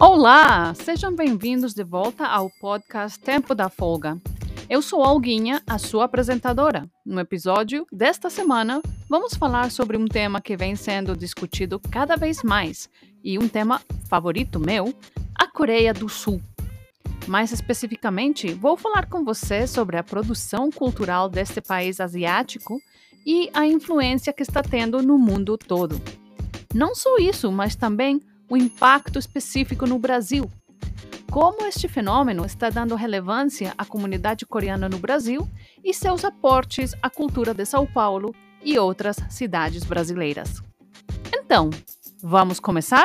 Olá! Sejam bem-vindos de volta ao podcast Tempo da Folga. Eu sou a Olguinha, a sua apresentadora. No episódio desta semana, vamos falar sobre um tema que vem sendo discutido cada vez mais e um tema favorito meu, a Coreia do Sul. Mais especificamente, vou falar com você sobre a produção cultural deste país asiático e a influência que está tendo no mundo todo. Não só isso, mas também o impacto específico no Brasil. Como este fenômeno está dando relevância à comunidade coreana no Brasil e seus aportes à cultura de São Paulo e outras cidades brasileiras. Então, vamos começar?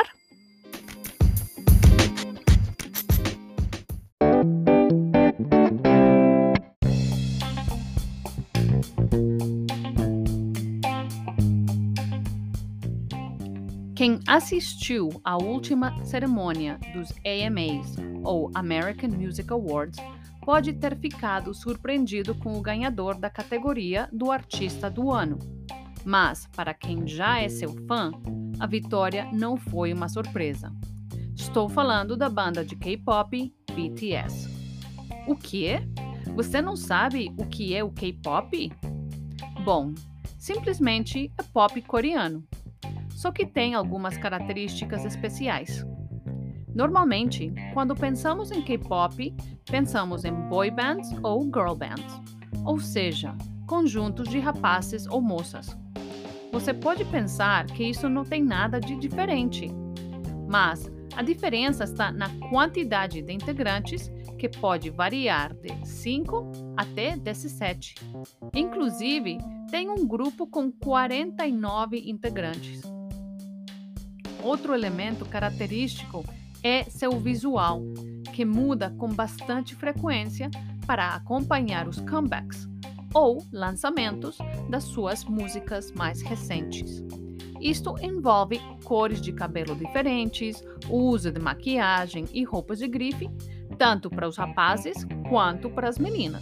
Quem assistiu à última cerimônia dos AMAs, ou American Music Awards, pode ter ficado surpreendido com o ganhador da categoria do Artista do Ano. Mas, para quem já é seu fã, a vitória não foi uma surpresa. Estou falando da banda de K-pop BTS. O quê? Você não sabe o que é o K-pop? Bom, simplesmente é pop coreano. Só que tem algumas características especiais. Normalmente, quando pensamos em K-pop, pensamos em boy bands ou girl bands, ou seja, conjuntos de rapazes ou moças. Você pode pensar que isso não tem nada de diferente, mas a diferença está na quantidade de integrantes, que pode variar de 5 até 17. Inclusive, tem um grupo com 49 integrantes. Outro elemento característico é seu visual, que muda com bastante frequência para acompanhar os comebacks ou lançamentos das suas músicas mais recentes. Isto envolve cores de cabelo diferentes, uso de maquiagem e roupas de grife, tanto para os rapazes quanto para as meninas.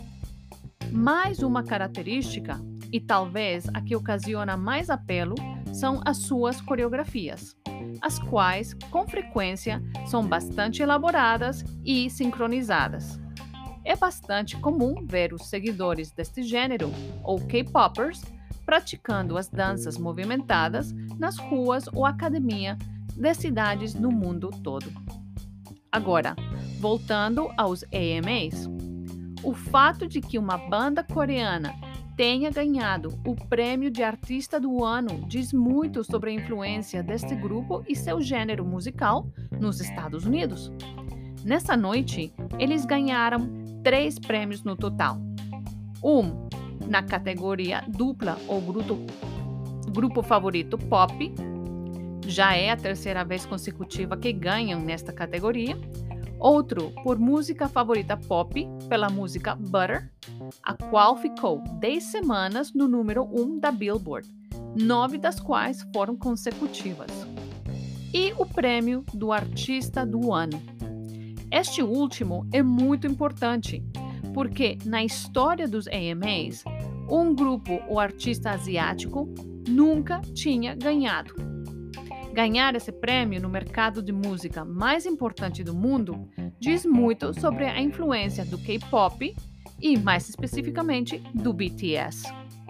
Mais uma característica, e talvez a que ocasiona mais apelo, são as suas coreografias, as quais, com frequência, são bastante elaboradas e sincronizadas. É bastante comum ver os seguidores deste gênero, ou K-popers, praticando as danças movimentadas nas ruas ou academia de cidades no mundo todo. Agora, voltando aos AMAs, o fato de que uma banda coreana tenha ganhado o prêmio de Artista do Ano diz muito sobre a influência deste grupo e seu gênero musical nos Estados Unidos. Nessa noite, eles ganharam 3 prêmios no total. Um na categoria dupla ou grupo favorito pop. Já é a terceira vez consecutiva que ganham nesta categoria. Outro por música favorita pop, pela música Butter, a qual ficou 10 semanas no número 1 da Billboard, 9 das quais foram consecutivas. E o prêmio do Artista do Ano. Este último é muito importante, porque na história dos AMAs, um grupo ou artista asiático nunca tinha ganhado. Ganhar esse prêmio no mercado de música mais importante do mundo diz muito sobre a influência do K-pop e, mais especificamente, do BTS.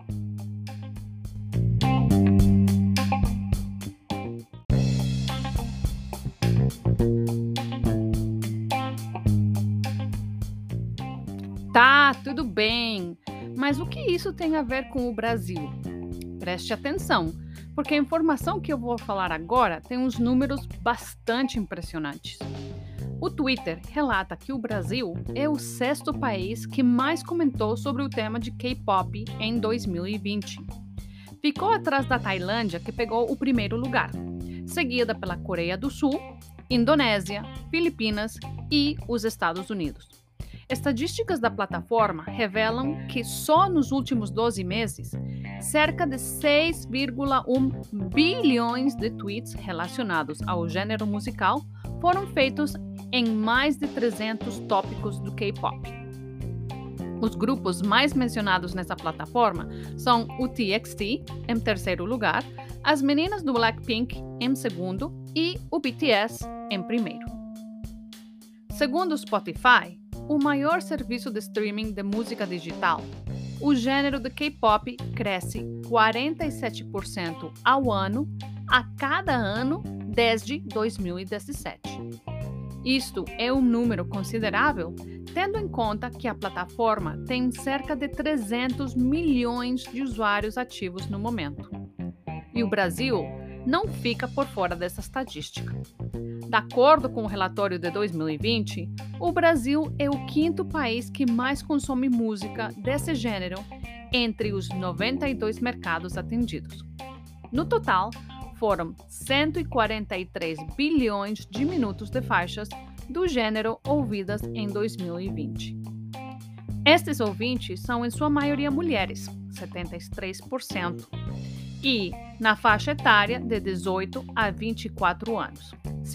Tá, tudo bem, mas o que isso tem a ver com o Brasil? Preste atenção, porque a informação que eu vou falar agora tem uns números bastante impressionantes. O Twitter relata que o Brasil é o 6º país que mais comentou sobre o tema de K-pop em 2020. Ficou atrás da Tailândia, que pegou o primeiro lugar, seguida pela Coreia do Sul, Indonésia, Filipinas e os Estados Unidos. Estatísticas da plataforma revelam que só nos últimos 12 meses, cerca de 6,1 bilhões de tweets relacionados ao gênero musical foram feitos em mais de 300 tópicos do K-pop. Os grupos mais mencionados nessa plataforma são o TXT, em terceiro lugar, as meninas do Blackpink, em segundo, e o BTS em primeiro. Segundo o Spotify, o maior serviço de streaming de música digital, o gênero de K-pop cresce 47% ao ano a cada ano desde 2017. Isto é um número considerável, tendo em conta que a plataforma tem cerca de 300 milhões de usuários ativos no momento. E o Brasil não fica por fora dessa estatística. De acordo com o relatório de 2020, o Brasil é o quinto país que mais consome música desse gênero entre os 92 mercados atendidos. No total, foram 143 bilhões de minutos de faixas do gênero ouvidas em 2020. Estes ouvintes são em sua maioria mulheres, 73%, e na faixa etária de 18 a 24 anos,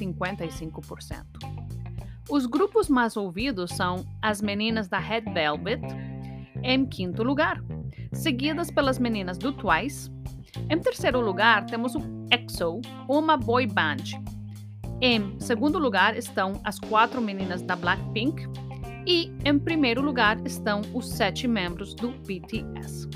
55%. Os grupos mais ouvidos são as meninas da Red Velvet, em quinto lugar, seguidas pelas meninas do Twice. Em terceiro lugar, temos o EXO, uma boy band. Em segundo lugar estão as 4 meninas da Blackpink e em primeiro lugar estão os 7 membros do BTS.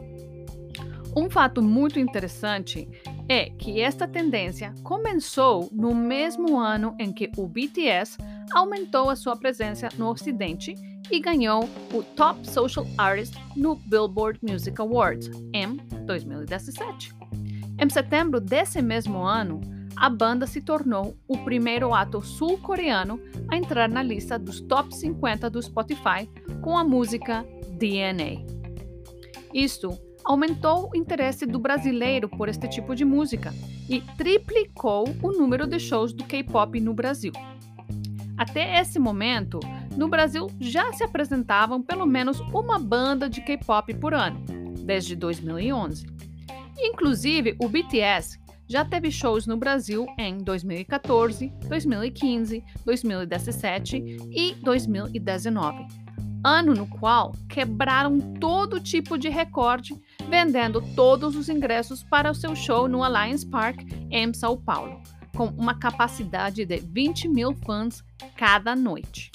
Um fato muito interessante é que esta tendência começou no mesmo ano em que o BTS aumentou a sua presença no Ocidente e ganhou o Top Social Artist no Billboard Music Awards em 2017. Em setembro desse mesmo ano, a banda se tornou o primeiro ato sul-coreano a entrar na lista dos Top 50 do Spotify com a música DNA. Isto aumentou o interesse do brasileiro por este tipo de música e triplicou o número de shows do K-pop no Brasil. Até esse momento, no Brasil já se apresentavam pelo menos uma banda de K-pop por ano, desde 2011. Inclusive, o BTS já teve shows no Brasil em 2014, 2015, 2017 e 2019, ano no qual quebraram todo tipo de recorde, vendendo todos os ingressos para o seu show no Allianz Parque, em São Paulo, com uma capacidade de 20 mil fãs cada noite.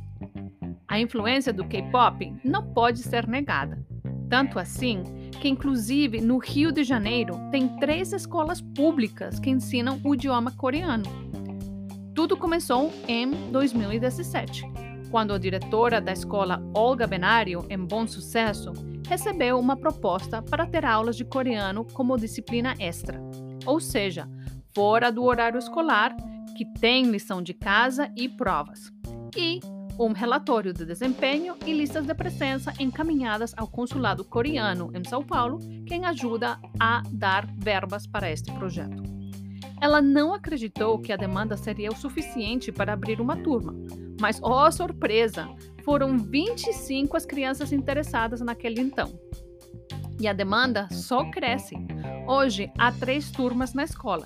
A influência do K-pop não pode ser negada. Tanto assim que, inclusive, no Rio de Janeiro, tem 3 escolas públicas que ensinam o idioma coreano. Tudo começou em 2017, quando a diretora da escola Olga Benário, em Bom Sucesso, recebeu uma proposta para ter aulas de coreano como disciplina extra, ou seja, fora do horário escolar, que tem lição de casa e provas, e um relatório de desempenho e listas de presença encaminhadas ao consulado coreano em São Paulo, quem ajuda a dar verbas para este projeto. Ela não acreditou que a demanda seria o suficiente para abrir uma turma, mas, oh surpresa, foram 25 as crianças interessadas naquele então. E a demanda só cresce. Hoje, há 3 turmas na escola.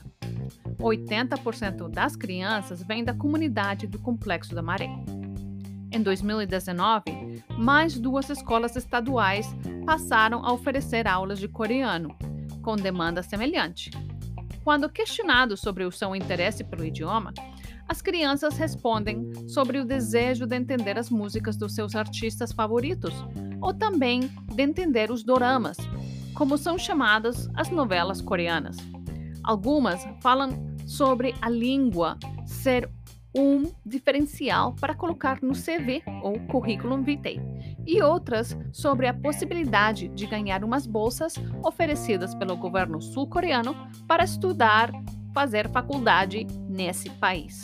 80% das crianças vêm da comunidade do Complexo da Maré. Em 2019, mais 2 escolas estaduais passaram a oferecer aulas de coreano, com demanda semelhante. Quando questionados sobre o seu interesse pelo idioma, as crianças respondem sobre o desejo de entender as músicas dos seus artistas favoritos, ou também de entender os doramas, como são chamadas as novelas coreanas. Algumas falam sobre a língua ser um diferencial para colocar no CV ou currículo vitae, e outras sobre a possibilidade de ganhar umas bolsas oferecidas pelo governo sul-coreano para estudar, fazer faculdade nesse país.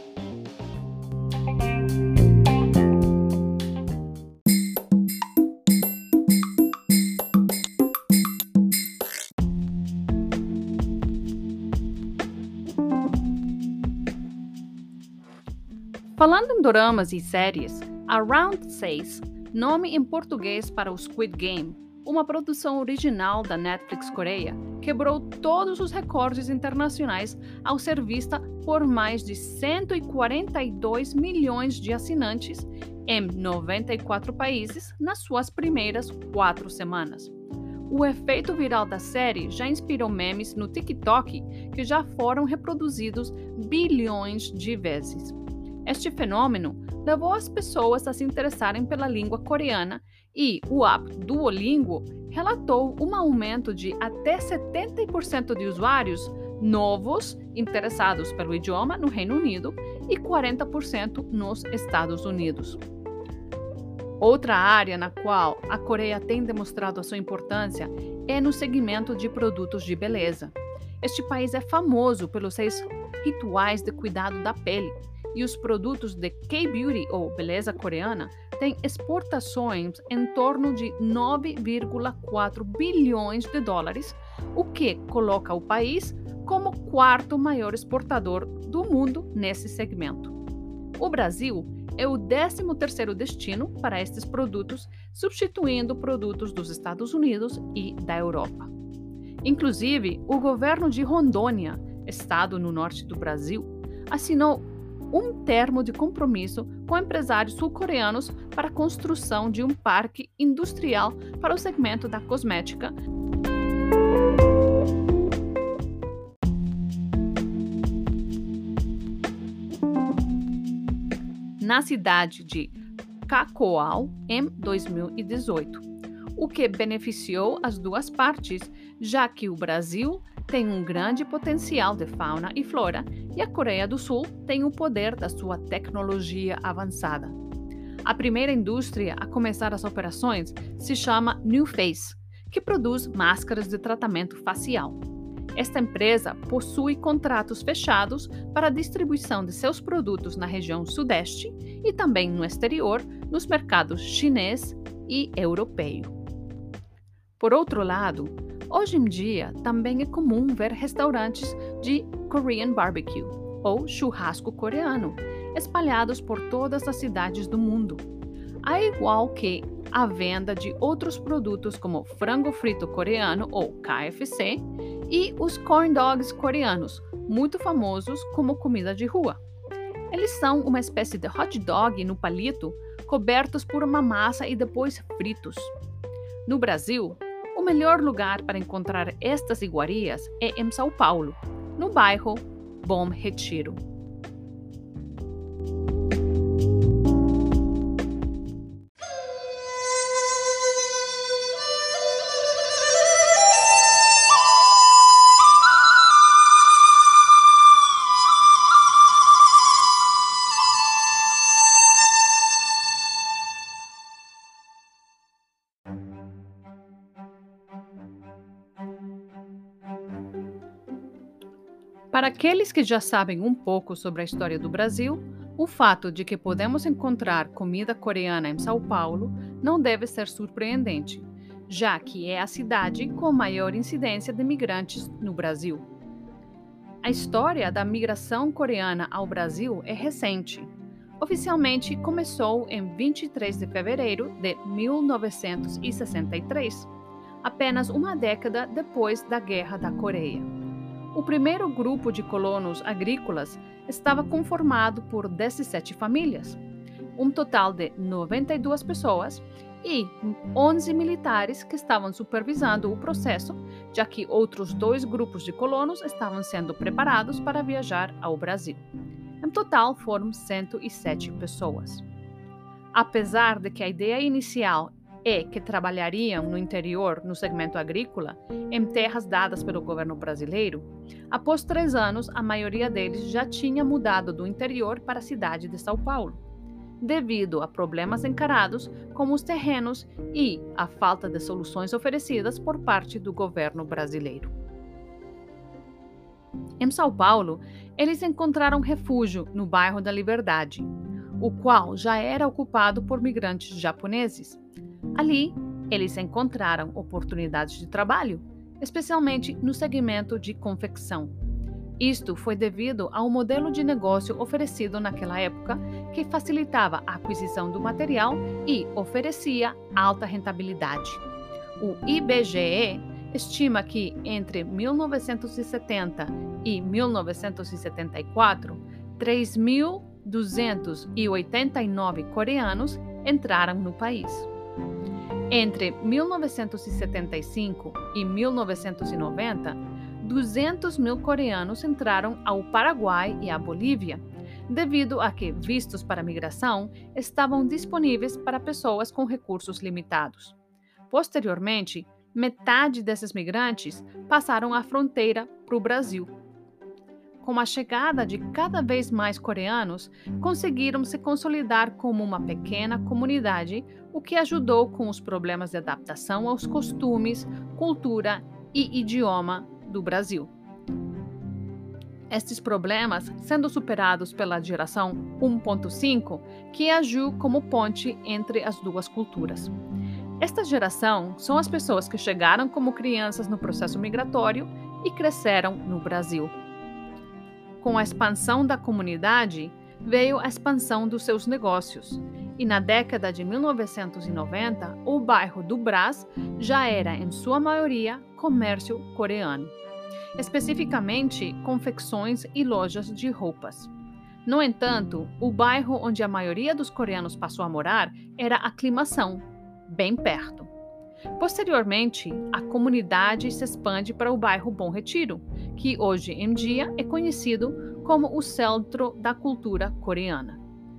Falando em doramas e séries, a Round 6, nome em português para o Squid Game, uma produção original da Netflix Coreia, quebrou todos os recordes internacionais ao ser vista por mais de 142 milhões de assinantes em 94 países nas suas primeiras 4 semanas. O efeito viral da série já inspirou memes no TikTok que já foram reproduzidos bilhões de vezes. Este fenômeno levou as pessoas a se interessarem pela língua coreana e o app Duolingo relatou um aumento de até 70% de usuários novos interessados pelo idioma no Reino Unido e 40% nos Estados Unidos. Outra área na qual a Coreia tem demonstrado a sua importância é no segmento de produtos de beleza. Este país é famoso pelos seus rituais de cuidado da pele e os produtos de K-Beauty, ou beleza coreana, têm exportações em torno de 9,4 bilhões de dólares, o que coloca o país como o quarto maior exportador do mundo nesse segmento. O Brasil é o 13º destino para estes produtos, substituindo produtos dos Estados Unidos e da Europa. Inclusive, o governo de Rondônia, estado no norte do Brasil, assinou um termo de compromisso com empresários sul-coreanos para a construção de um parque industrial para o segmento da cosmética. Na cidade de Cacoal, em 2018, o que beneficiou as duas partes, já que o Brasil tem um grande potencial de fauna e flora e a Coreia do Sul tem o poder da sua tecnologia avançada. A primeira indústria a começar as operações se chama NewFace, que produz máscaras de tratamento facial. Esta empresa possui contratos fechados para a distribuição de seus produtos na região sudeste e também no exterior, nos mercados chinês e europeu. Por outro lado, hoje em dia também é comum ver restaurantes de Korean barbecue, ou churrasco coreano, espalhados por todas as cidades do mundo. Ao igual que a venda de outros produtos como frango frito coreano, ou KFC, e os corn dogs coreanos, muito famosos como comida de rua. Eles são uma espécie de hot dog no palito, cobertos por uma massa e depois fritos. No Brasil, o melhor lugar para encontrar estas iguarias é em São Paulo, no bairro Bom Retiro. Para aqueles que já sabem um pouco sobre a história do Brasil, o fato de que podemos encontrar comida coreana em São Paulo não deve ser surpreendente, já que é a cidade com maior incidência de migrantes no Brasil. A história da migração coreana ao Brasil é recente. Oficialmente começou em 23 de fevereiro de 1963, apenas uma década depois da Guerra da Coreia. O primeiro grupo de colonos agrícolas estava conformado por 17 famílias, um total de 92 pessoas e 11 militares que estavam supervisando o processo, já que outros 2 grupos de colonos estavam sendo preparados para viajar ao Brasil. Em total, foram 107 pessoas. Apesar de que a ideia inicial é que trabalhariam no interior, no segmento agrícola, em terras dadas pelo governo brasileiro, após 3 anos, a maioria deles já tinha mudado do interior para a cidade de São Paulo, devido a problemas encarados com os terrenos e a falta de soluções oferecidas por parte do governo brasileiro. Em São Paulo, eles encontraram refúgio no bairro da Liberdade, o qual já era ocupado por migrantes japoneses. Ali, eles encontraram oportunidades de trabalho, especialmente no segmento de confecção. Isto foi devido ao modelo de negócio oferecido naquela época, que facilitava a aquisição do material e oferecia alta rentabilidade. O IBGE estima que entre 1970 e 1974, 3.289 coreanos entraram no país. Entre 1975 e 1990, 200 mil coreanos entraram ao Paraguai e à Bolívia, devido a que vistos para migração estavam disponíveis para pessoas com recursos limitados. Posteriormente, metade desses migrantes passaram a fronteira para o Brasil. Com a chegada de cada vez mais coreanos, conseguiram se consolidar como uma pequena comunidade, o que ajudou com os problemas de adaptação aos costumes, cultura e idioma do Brasil. Estes problemas sendo superados pela geração 1.5, que agiu como ponte entre as duas culturas. Esta geração são as pessoas que chegaram como crianças no processo migratório e cresceram no Brasil. Com a expansão da comunidade, veio a expansão dos seus negócios. E na década de 1990, o bairro do Brás já era, em sua maioria, comércio coreano. Especificamente, confecções e lojas de roupas. No entanto, o bairro onde a maioria dos coreanos passou a morar era Aclimação, bem perto. Posteriormente, a comunidade se expande para o bairro Bom Retiro, que hoje em dia é conhecido como o centro da cultura coreana.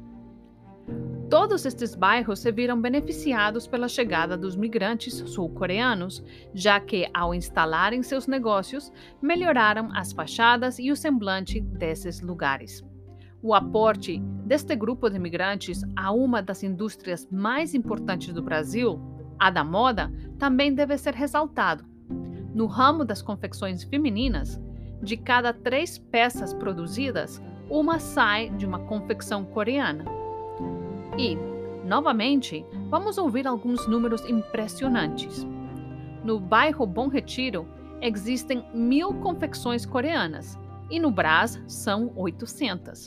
Todos estes bairros se viram beneficiados pela chegada dos migrantes sul-coreanos, já que, ao instalarem seus negócios, melhoraram as fachadas e o semblante desses lugares. O aporte deste grupo de imigrantes a uma das indústrias mais importantes do Brasil, a da moda, também deve ser ressaltado. No ramo das confecções femininas, de cada 3 peças produzidas, uma sai de uma confecção coreana. E, novamente, vamos ouvir alguns números impressionantes. No bairro Bom Retiro, existem 1.000 confecções coreanas e no Brás são 800.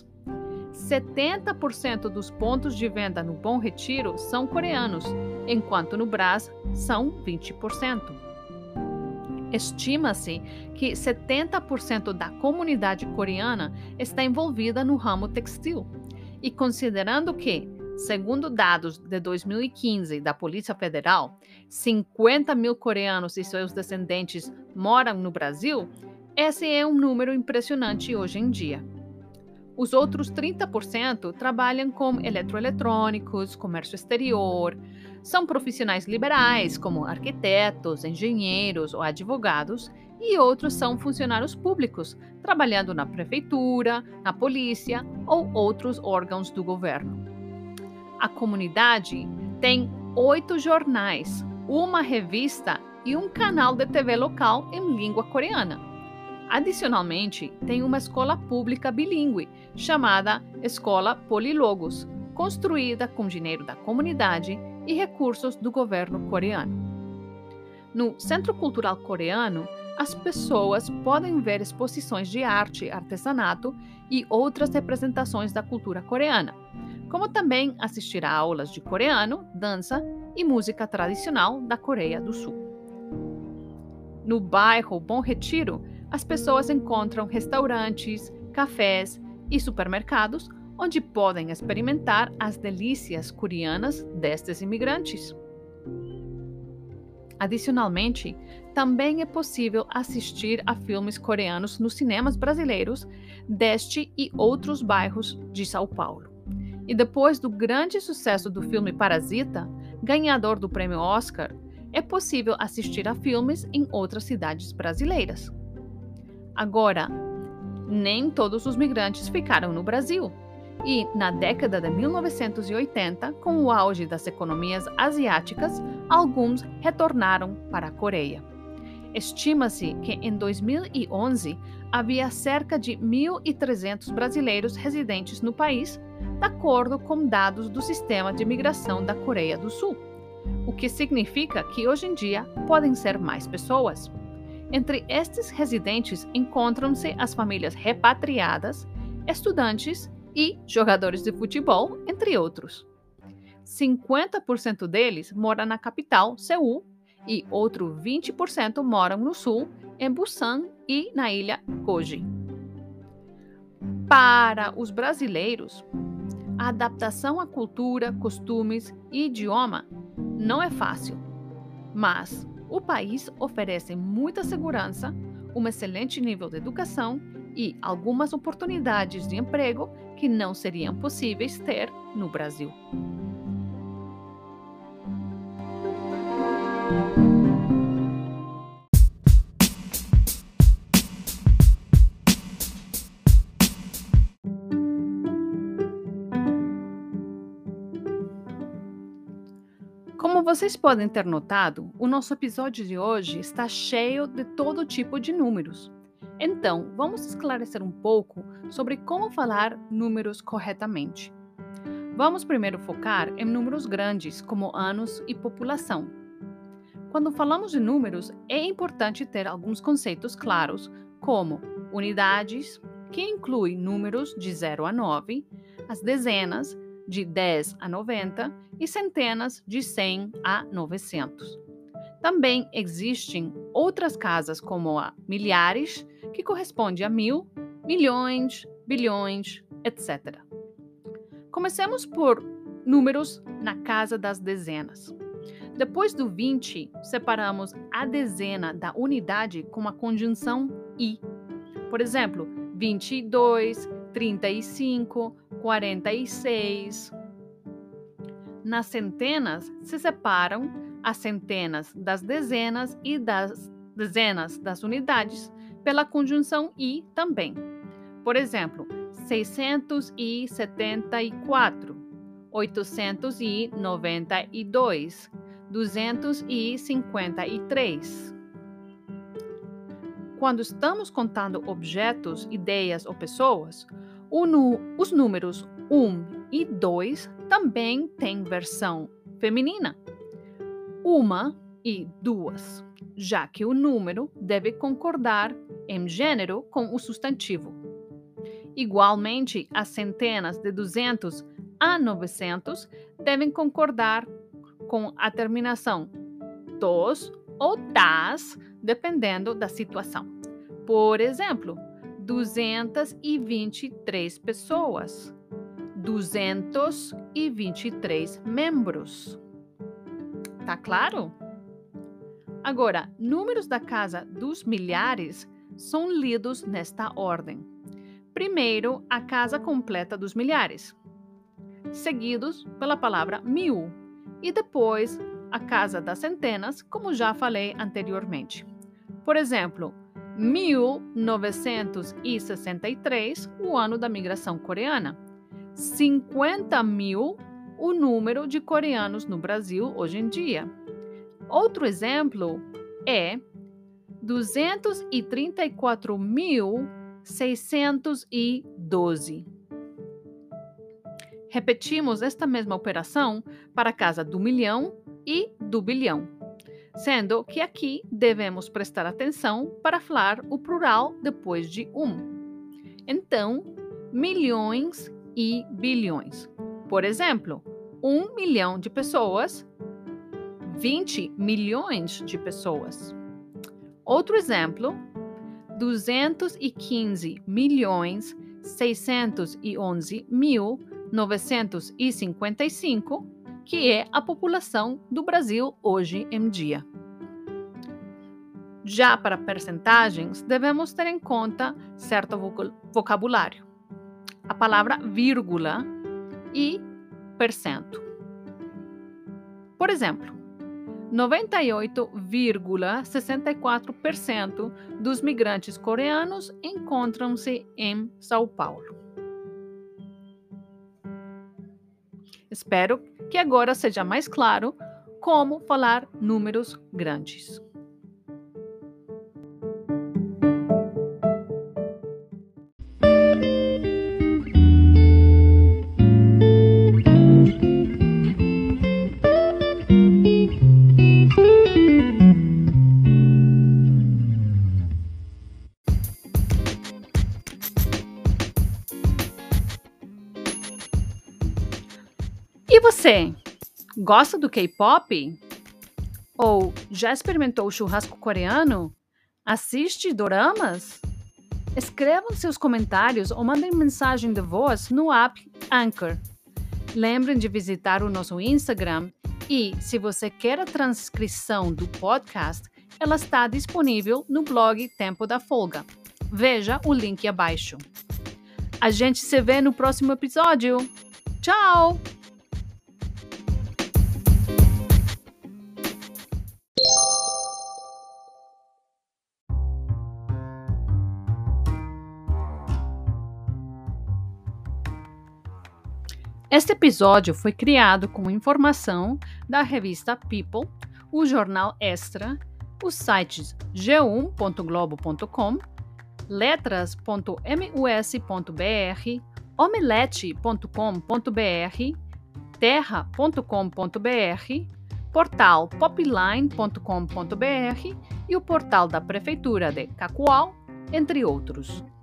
70% dos pontos de venda no Bom Retiro são coreanos, enquanto no Brás são 20%. Estima-se que 70% da comunidade coreana está envolvida no ramo textil. E considerando que, segundo dados de 2015 da Polícia Federal, 50 mil coreanos e seus descendentes moram no Brasil, esse é um número impressionante hoje em dia. Os outros 30% trabalham com eletroeletrônicos, comércio exterior, são profissionais liberais, como arquitetos, engenheiros ou advogados, e outros são funcionários públicos, trabalhando na prefeitura, na polícia ou outros órgãos do governo. A comunidade tem 8 jornais, uma revista e um canal de TV local em língua coreana. Adicionalmente, tem uma escola pública bilíngue, chamada Escola Polilogos, construída com dinheiro da comunidade e recursos do governo coreano. No Centro Cultural Coreano, as pessoas podem ver exposições de arte, artesanato e outras representações da cultura coreana, como também assistir a aulas de coreano, dança e música tradicional da Coreia do Sul. No bairro Bom Retiro, as pessoas encontram restaurantes, cafés e supermercados onde podem experimentar as delícias coreanas destes imigrantes. Adicionalmente, também é possível assistir a filmes coreanos nos cinemas brasileiros deste e outros bairros de São Paulo. E depois do grande sucesso do filme Parasita, ganhador do prêmio Oscar, é possível assistir a filmes em outras cidades brasileiras. Agora, nem todos os migrantes ficaram no Brasil. E, na década de 1980, com o auge das economias asiáticas, alguns retornaram para a Coreia. Estima-se que em 2011 havia cerca de 1.300 brasileiros residentes no país, de acordo com dados do Sistema de Imigração da Coreia do Sul, o que significa que hoje em dia podem ser mais pessoas. Entre estes residentes encontram-se as famílias repatriadas, estudantes e jogadores de futebol, entre outros. 50% deles moram na capital, Seul, e outro 20% moram no sul, em Busan e na ilha Goji. Para os brasileiros, a adaptação à cultura, costumes e idioma não é fácil, Mas o país oferece muita segurança, um excelente nível de educação e algumas oportunidades de emprego que não seriam possíveis ter no Brasil. Como vocês podem ter notado, o nosso episódio de hoje está cheio de todo tipo de números. Então, vamos esclarecer um pouco sobre como falar números corretamente. Vamos primeiro focar em números grandes, como anos e população. Quando falamos de números, é importante ter alguns conceitos claros, como unidades, que inclui números de 0 a 9, as dezenas, de 10 a 90, e centenas, de 100 a 900. Também existem outras casas, como a milhares, que corresponde a 1000, milhões, bilhões, etc. Comecemos por números na casa das dezenas. Depois do 20, separamos a dezena da unidade com a conjunção i. Por exemplo, 22, 35, 46. Nas centenas, se separam as centenas das dezenas e das dezenas das unidades pela conjunção i também. Por exemplo, 674, 892, 253. Quando estamos contando objetos, ideias ou pessoas, os números 1 e 2 também têm versão feminina. Uma e duas, já que o número deve concordar em gênero com o substantivo. Igualmente, as centenas de 200 a 900 devem concordar com a terminação dos ou das, dependendo da situação. Por exemplo, 223 pessoas, 223 membros. Tá claro? Agora, números da casa dos milhares são lidos nesta ordem. Primeiro, a casa completa dos milhares, seguidos pela palavra 1000, e depois a casa das centenas, como já falei anteriormente. Por exemplo, 1963, o ano da migração coreana. 50.000, o número de coreanos no Brasil hoje em dia. Outro exemplo é 234.612. Repetimos esta mesma operação para a casa do milhão e do bilhão, sendo que aqui devemos prestar atenção para falar o plural depois de Então, milhões e bilhões. Por exemplo, 1 milhão de pessoas, 20 milhões de pessoas. Outro exemplo, 215.611.955, que é a população do Brasil hoje em dia. Já para percentagens, devemos ter em conta certo vocabulário. A palavra vírgula e percento. Por exemplo, 98,64% dos migrantes coreanos encontram-se em São Paulo. Espero que agora seja mais claro como falar números grandes. E você, gosta do K-pop? Ou já experimentou o churrasco coreano? Assiste doramas? Escrevam seus comentários ou mandem mensagem de voz no app Anchor. Lembrem de visitar o nosso Instagram E, se você quer a transcrição do podcast, ela está disponível no blog Tempo da Folga. Veja o link abaixo. A gente se vê no próximo episódio. Tchau! Este episódio foi criado com informação da revista People, o jornal Extra, os sites g1.globo.com, letras.mus.br, omelete.com.br, terra.com.br, portal popline.com.br e o portal da Prefeitura de Cacoal, entre outros.